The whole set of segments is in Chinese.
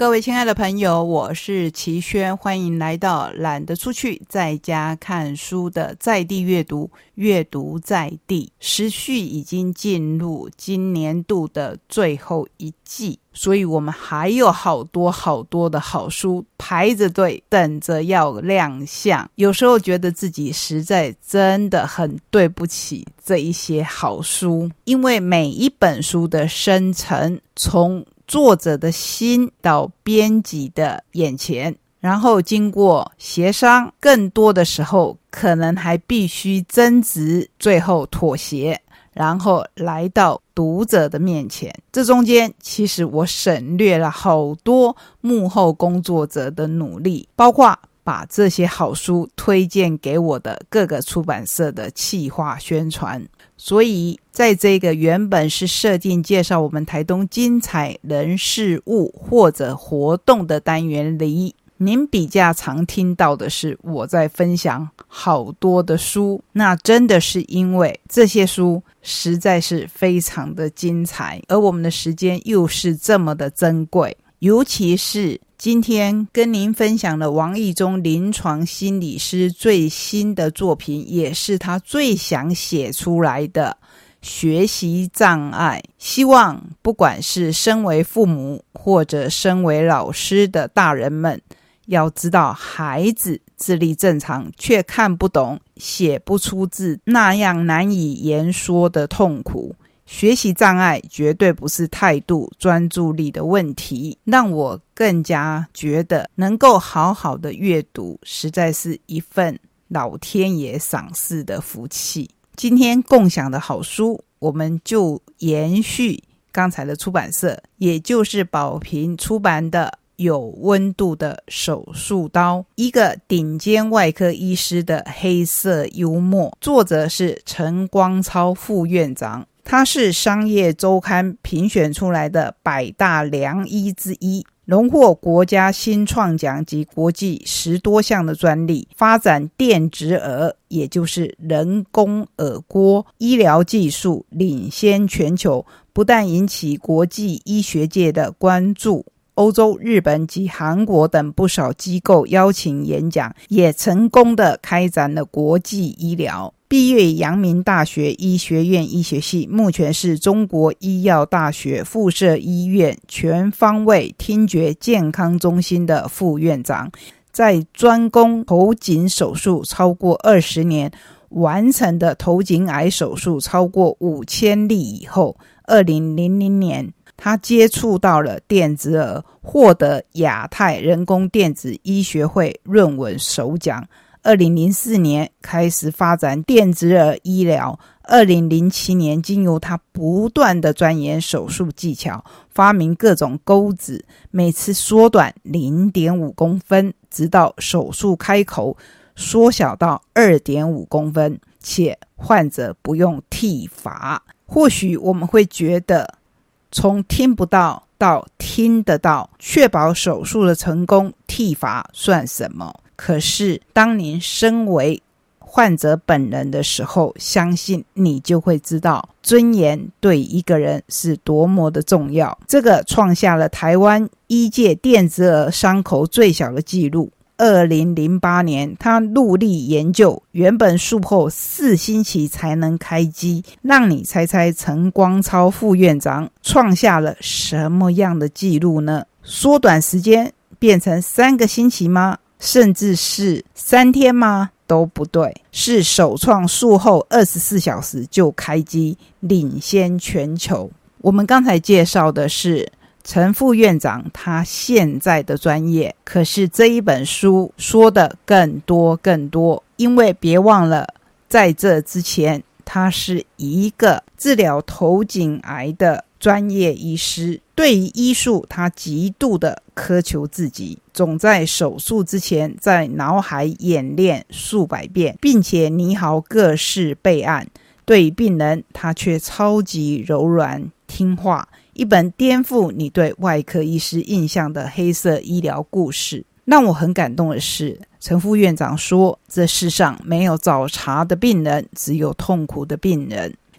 各位亲爱的朋友，我是齐轩，欢迎来到懒得出去在家看书的在地阅读，阅读在地。时序已经进入今年度的最后一季，所以我们还有好多的好书排着队等着要亮相。有时候觉得自己实在真的很对不起这一些好书，因为每一本书的生成，从作者的心到编辑的眼前，然后经过协商，更多的时候可能还必须争执，最后妥协，然后来到读者的面前。这中间其实我省略了好多幕后工作者的努力，包括把这些好书推荐给我的各个出版社的企划宣传。所以在这个原本是设定介绍我们台东精彩人事物或者活动的单元里，您比较常听到的是我在分享好多的书，那真的是因为这些书实在是非常的精彩，而我们的时间又是这么的珍贵。尤其是今天跟您分享的王义中临床心理师最新的作品，也是他最想写出来的学习障碍。希望不管是身为父母或者身为老师的大人们，要知道孩子智力正常却看不懂写不出字，那样难以言说的痛苦。学习障碍绝对不是态度专注力的问题，让我更加觉得能够好好的阅读实在是一份老天爷赏赐的福气。今天共享的好书，我们就延续刚才的出版社，也就是宝瓶出版的有温度的手术刀，一个顶尖外科医师的黑色幽默，作者是陈光超副院长，他是商业周刊评选出来的100大良医之一，荣获国家新创奖及国际10多项的专利，发展电子耳，也就是人工耳郭医疗技术领先全球，不但引起国际医学界的关注，欧洲、日本及韩国等不少机构邀请演讲，也成功的开展了国际医疗。毕业于阳明大学医学院医学系，目前是中国医药大学附设医院全方位听觉健康中心的副院长，在专攻头颈手术超过20年，完成的头颈癌手术超过5000例以后，2000年他接触到了电子耳，获得亚太人工电子医学会论文首奖。2004年开始发展电子耳医疗，2007年经由他不断的钻研手术技巧，发明各种钩子，每次缩短 0.5 公分，直到手术开口缩小到 2.5 公分，且患者不用剃发。或许我们会觉得从听不到到听得到，确保手术的成功，剃发算什么？可是当您身为患者本人的时候，相信你就会知道尊严对一个人是多么的重要。这个创下了台湾医界电子耳伤口最小的纪录。2008年他努力研究，原本术后4星期才能开机，让你猜猜陈光超副院长创下了什么样的纪录呢？缩短时间变成3个星期吗？甚至是3天吗？都不对，是首创术后24小时就开机，领先全球。我们刚才介绍的是陈副院长他现在的专业，可是这一本书说的更多，因为别忘了在这之前他是一个治疗头颈癌的专业医师，对于医术他极度的苛求自己，总在手术之前在脑海演练数百遍，并且拟好各式备案。对于病人他却超级柔软听话，一本颠覆你对外科医师印象的黑色医疗故事。让我很感动的是，陈副院长说，这世上没有找茬的病人，只有痛苦的病人。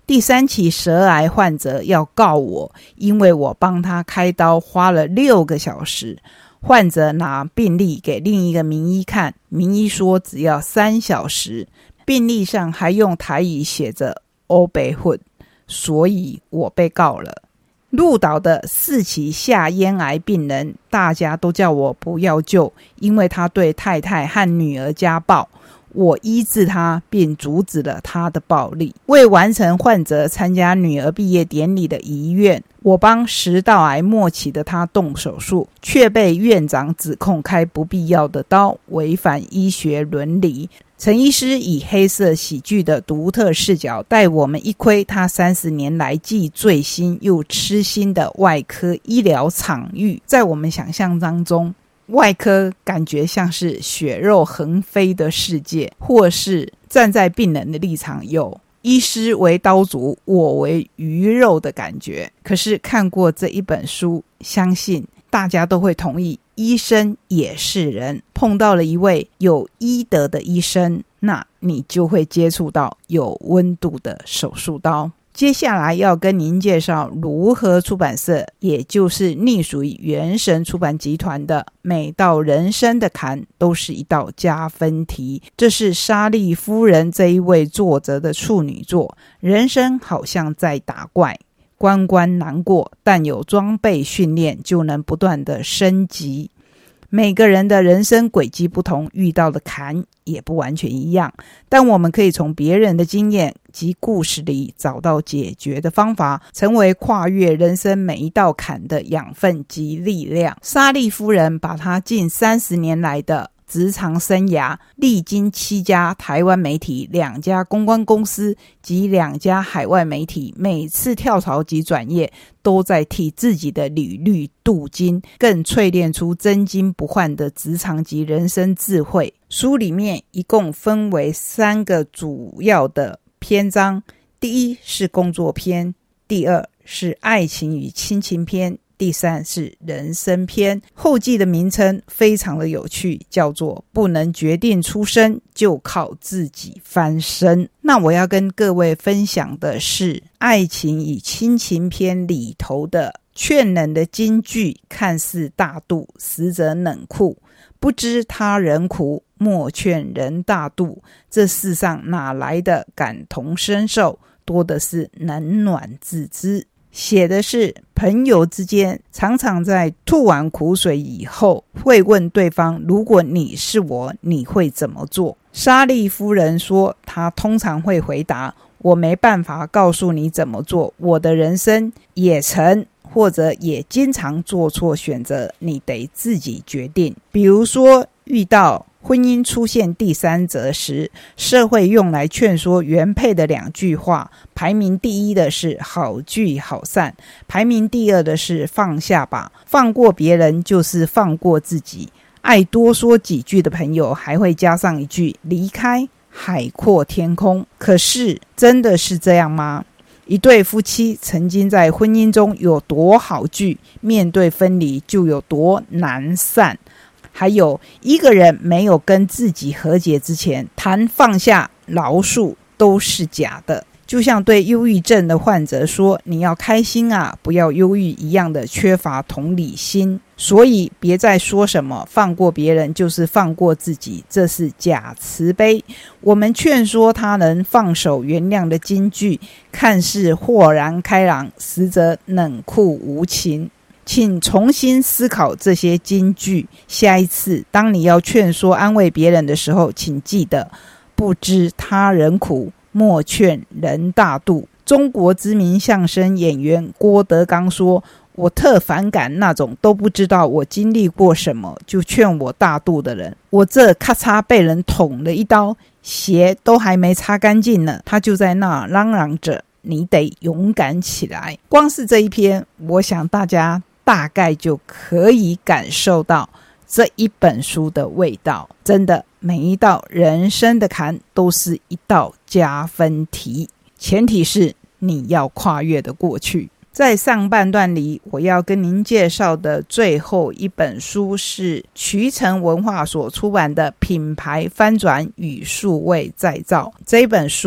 第3期舌癌患者要告我，因为我帮他开刀花了6个小时。患者拿病历给另一个名医看，名医说只要3小时，病历上还用台语写着欧北混，所以我被告了。鹿岛的4期下咽癌病人，大家都叫我不要救，因为他对太太和女儿家暴。我医治他，并阻止了他的暴力。为完成患者参加女儿毕业典礼的遗愿，我帮食道癌末期的他动手术，却被院长指控开不必要的刀，违反医学伦理。陈医师以黑色喜剧的独特视角，带我们一窥他30年来既最新又痴心的外科医疗场域。在我们想象当中，外科感觉像是血肉横飞的世界，或是站在病人的立场，有医师为刀俎，我为鱼肉的感觉。可是看过这一本书，相信大家都会同意，医生也是人，碰到了一位有医德的医生，那你就会接触到有温度的手术刀。接下来要跟您介绍如何出版社，也就是隶属于原神出版集团的每道人生的坎都是一道加分题。这是莎莉夫人这一位作者的处女作，人生好像在打怪，关关难过，但有装备训练就能不断的升级。每个人的人生轨迹不同，遇到的坎也不完全一样，但我们可以从别人的经验及故事里找到解决的方法，成为跨越人生每一道坎的养分及力量。莎莉夫人把她近30年来的职场生涯，历经7家台湾媒体、2家公关公司及2家海外媒体，每次跳槽及转业都在替自己的履历镀金，更淬炼出真金不换的职场及人生智慧。书里面一共分为3个主要的篇章，第一是工作篇，第2是爱情与亲情篇，第3是人生篇。后记的名称非常的有趣，叫做不能决定出身，就靠自己翻身。那我要跟各位分享的是爱情与亲情篇里头的劝人的金句，看似大度，实则冷酷。不知他人苦，莫劝人大度。这世上哪来的感同身受，多的是冷暖自知。写的是朋友之间常常在吐完苦水以后，会问对方，如果你是我，你会怎么做？莎莉夫人说，她通常会回答，我没办法告诉你怎么做，我的人生也曾或者也经常做错选择，你得自己决定。比如说遇到婚姻出现第3者时，社会用来劝说原配的2句话，排名第1的是好聚好散，排名第2的是放下吧，放过别人就是放过自己。爱多说几句的朋友还会加上一句离开海阔天空。可是真的是这样吗？一对夫妻曾经在婚姻中有多好聚，面对分离就有多难散。还有一个人没有跟自己和解之前，谈放下饶恕都是假的。就像对忧郁症的患者说，你要开心啊，不要忧郁一样的缺乏同理心。所以别再说什么放过别人就是放过自己，这是假慈悲。我们劝说他人放手原谅的金句，看似豁然开朗，实则冷酷无情。请重新思考这些金句，下一次当你要劝说安慰别人的时候，请记得不知他人苦，莫劝人大度。中国知名相声演员郭德纲说，我特反感那种都不知道我经历过什么就劝我大度的人。我这咔嚓被人捅了一刀，鞋都还没擦干净呢，他就在那嚷嚷着你得勇敢起来。光是这一篇，我想大家大概就可以感受到这一本书的味道。真的，每一道人生的坎都是一道加分题，前提是你要跨越的过去。在上半段里，我要跟您介绍的最后一本书是渠成文化所出版的《品牌翻转与数位再造》。这本书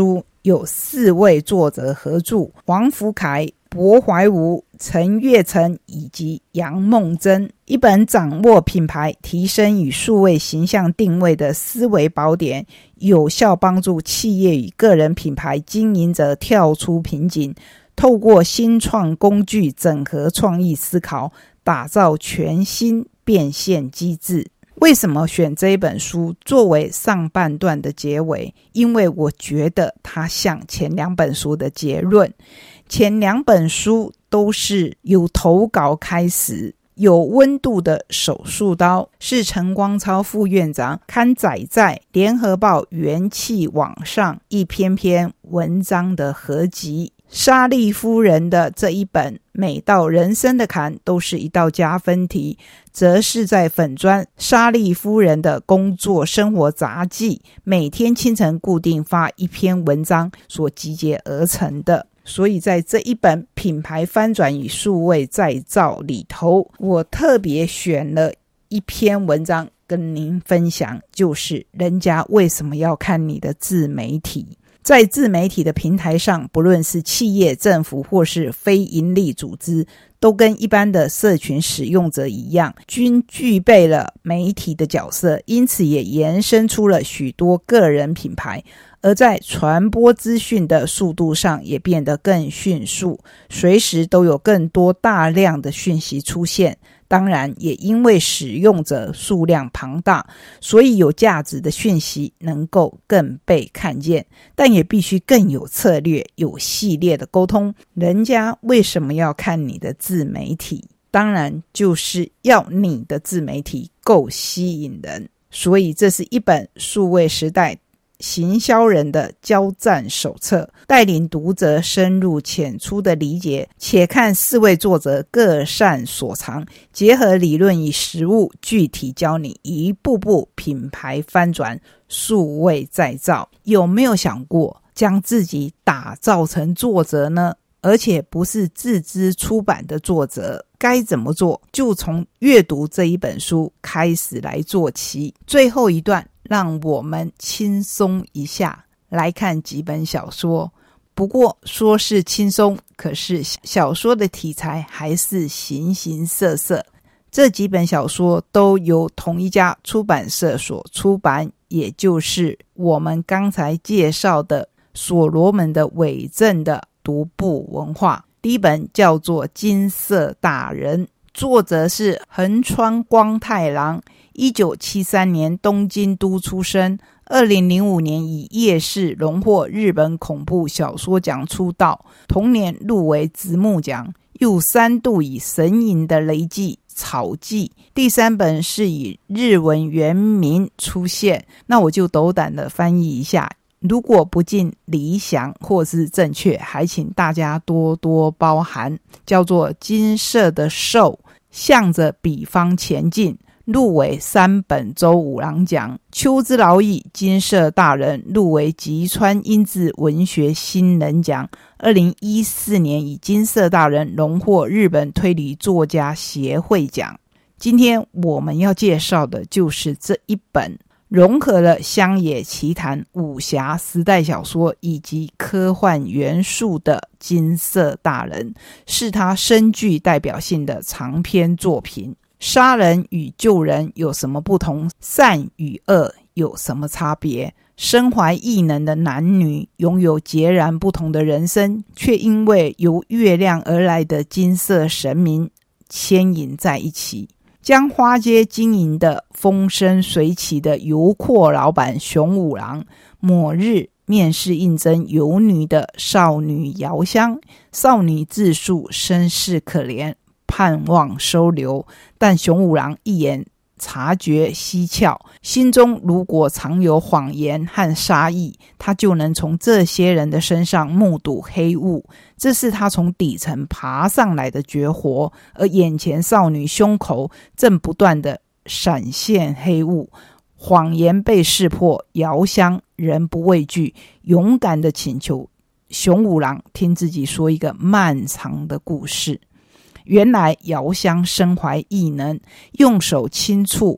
有4位作者合著，黄福凯、柏怀吾、陈月成以及杨梦珍，一本掌握品牌提升与数位形象定位的思维宝典，有效帮助企业与个人品牌经营者跳出瓶颈，透过新创工具整合创意思考，打造全新变现机制。为什么选这一本书作为上半段的结尾？因为我觉得它像前2本书的结论。前2本书都是由投稿开始，有温度的手术刀，是陈光超副院长刊载在联合报元气网上一篇篇文章的合集。莎莉夫人的这一本每到人生的坎都是一道加分题，则是在粉专莎莉夫人的工作生活杂记每天清晨固定发一篇文章所集结而成的。所以在这一本品牌翻转与数位再造里头，我特别选了一篇文章跟您分享，就是人家为什么要看你的自媒体。在自媒体的平台上，不论是企业、政府或是非营利组织，都跟一般的社群使用者一样，均具备了媒体的角色，因此也延伸出了许多个人品牌，而在传播资讯的速度上也变得更迅速，随时都有更多大量的讯息出现。当然也因为使用者数量庞大，所以有价值的讯息能够更被看见，但也必须更有策略、有系列的沟通。人家为什么要看你的自媒体？当然就是要你的自媒体够吸引人。所以这是一本数位时代行销人的交战手册，带领读者深入浅出的理解，且看4位作者各擅所长，结合理论与实务，具体教你一步步品牌翻转、数位再造。有没有想过将自己打造成作者呢？而且不是自资出版的作者，该怎么做？就从阅读这一本书开始来做起。最后一段让我们轻松一下，来看几本小说。不过说是轻松，可是小说的题材还是形形色色。这几本小说都由同一家出版社所出版，也就是我们刚才介绍的所罗门的伪证的独步文化。第一本叫做《金色大人》，作者是横川光太郎，1973年东京都出生，2005年以夜市荣获日本恐怖小说奖出道，同年入围直木奖，又3度以神隐的雷记草记。第3本是以日文原名出现，那我就斗胆的翻译一下，如果不尽理想或是正确，还请大家多多包涵。叫做金色的兽，向着彼方前进，入围3本周五郎奖。秋之劳役，金色大人入围吉川英治文学新人奖。2014年以金色大人荣获日本推理作家协会奖。今天我们要介绍的就是这一本融合了乡野奇谈、武侠时代小说以及科幻元素的金色大人，是他深具代表性的长篇作品。杀人与救人有什么不同？善与恶有什么差别？身怀异能的男女拥有截然不同的人生，却因为由月亮而来的金色神明牵引在一起。将花街经营的风生水起的油阔老板熊五郎，某日面试应征游女的少女遥香，少女自述身世可怜，盼望收留，但熊五郎一眼察觉蹊跷，心中如果藏有谎言和杀意，他就能从这些人的身上目睹黑雾，这是他从底层爬上来的绝活。而眼前少女胸口正不断的闪现黑雾，谎言被识破，遥香仍不畏惧，勇敢的请求熊五郎听自己说一个漫长的故事。原来遥香身怀异能，用手轻触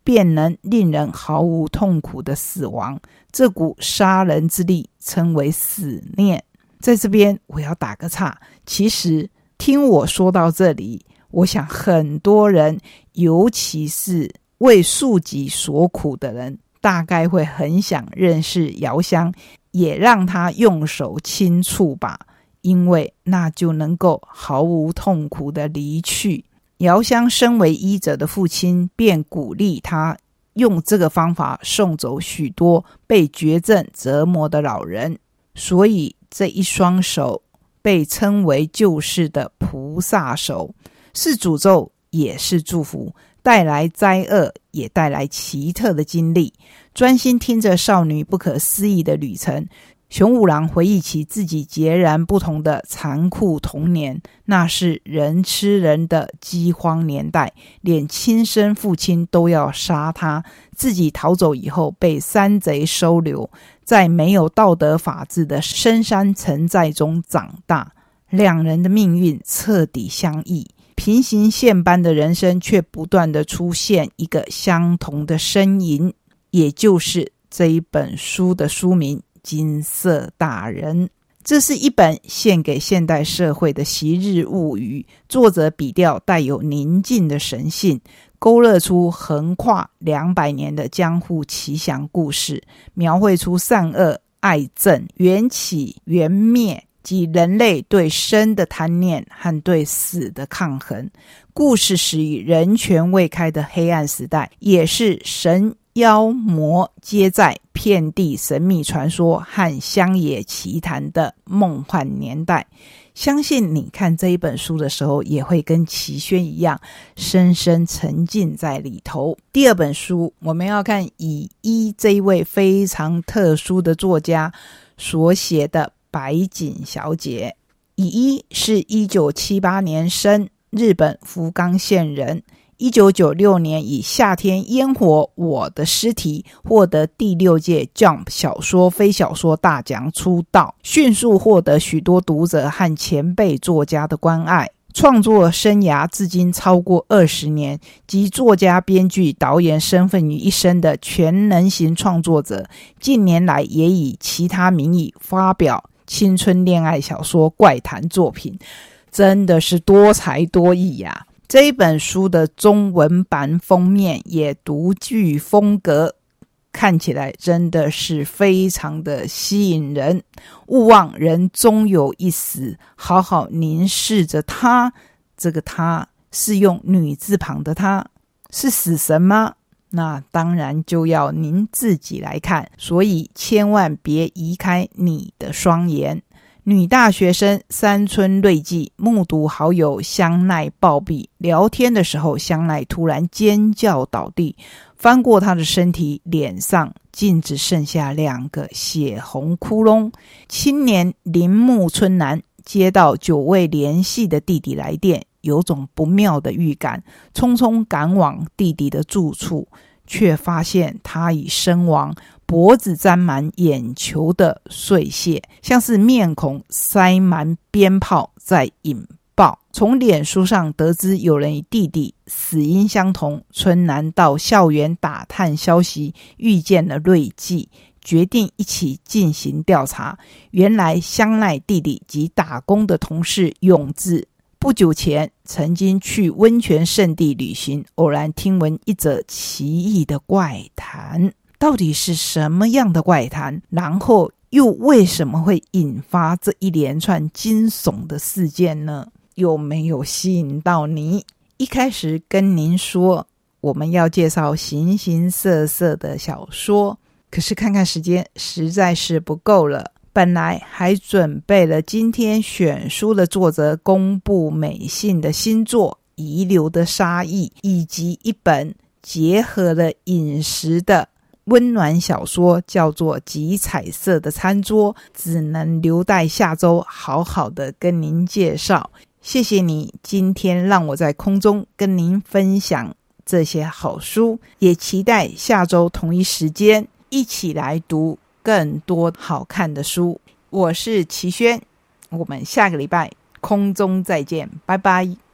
便能令人毫无痛苦的死亡。这股杀人之力称为死念。在这边我要打个岔，其实听我说到这里，我想很多人，尤其是为庶己所苦的人，大概会很想认识遥香，也让他用手轻触吧，因为那就能够毫无痛苦的离去。遥香身为医者的父亲，便鼓励他用这个方法送走许多被绝症折磨的老人，所以这一双手被称为救世的菩萨手，是诅咒也是祝福，带来灾厄也带来奇特的经历。专心听着少女不可思议的旅程，熊五郎回忆起自己截然不同的残酷童年，那是人吃人的饥荒年代，连亲生父亲都要杀他，自己逃走以后被山贼收留，在没有道德法治的深山城寨中长大，两人的命运彻底相异，平行线般的人生却不断的出现一个相同的身影，也就是这一本书的书名金色大人。这是一本献给现代社会的昔日物语，作者笔调带有宁静的神性，勾勒出横跨200年的江户奇想故事，描绘出善恶、爱憎、缘起、缘灭及人类对生的贪念和对死的抗衡。故事始于人权未开的黑暗时代，也是神妖魔皆在、遍地神秘传说和乡野奇谈的梦幻年代。相信你看这一本书的时候，也会跟齐轩一样深深沉浸在里头。第二本书我们要看乙一这一位非常特殊的作家所写的白井小姐。乙一是1978年生，日本福冈县人。1996年以夏天烟火我的尸体获得第6届 Jump 小说非小说大奖出道，迅速获得许多读者和前辈作家的关爱。创作生涯至今超过20年，集作家、编剧、导演身份于一身的全能型创作者，近年来也以其他名义发表青春恋爱小说、怪谈作品，真的是多才多艺呀。这一本书的中文版封面也独具风格，看起来真的是非常的吸引人。勿忘人终有一死，好好凝视着他。这个他是用女字旁的他，是死神吗？那当然就要您自己来看，所以千万别移开你的双眼。女大学生山村瑞纪目睹好友香奈暴毙，聊天的时候香奈突然尖叫倒地，翻过她的身体，脸上竟只剩下2个血红窟窿。青年铃木春男接到久未联系的弟弟来电，有种不妙的预感，匆匆赶往弟弟的住处，却发现他已身亡，脖子沾满眼球的碎屑，像是面孔塞满鞭炮在引爆。从脸书上得知有人与弟弟死因相同，春男到校园打探消息，遇见了瑞纪，决定一起进行调查。原来香奈弟弟及打工的同事永志不久前曾经去温泉圣地旅行，偶然听闻一则奇异的怪谈。到底是什么样的怪谈？然后又为什么会引发这一连串惊悚的事件呢？有没有吸引到你？一开始跟您说我们要介绍形形色色的小说，可是看看时间实在是不够了。本来还准备了今天选书的作者公布美信的新作《遗留的杀意》，以及一本结合了饮食的温暖小说，叫做《极彩色的餐桌》，只能留待下周好好的跟您介绍。谢谢你今天让我在空中跟您分享这些好书，也期待下周同一时间一起来读更多好看的书。我是齐轩，我们下个礼拜空中再见，拜拜。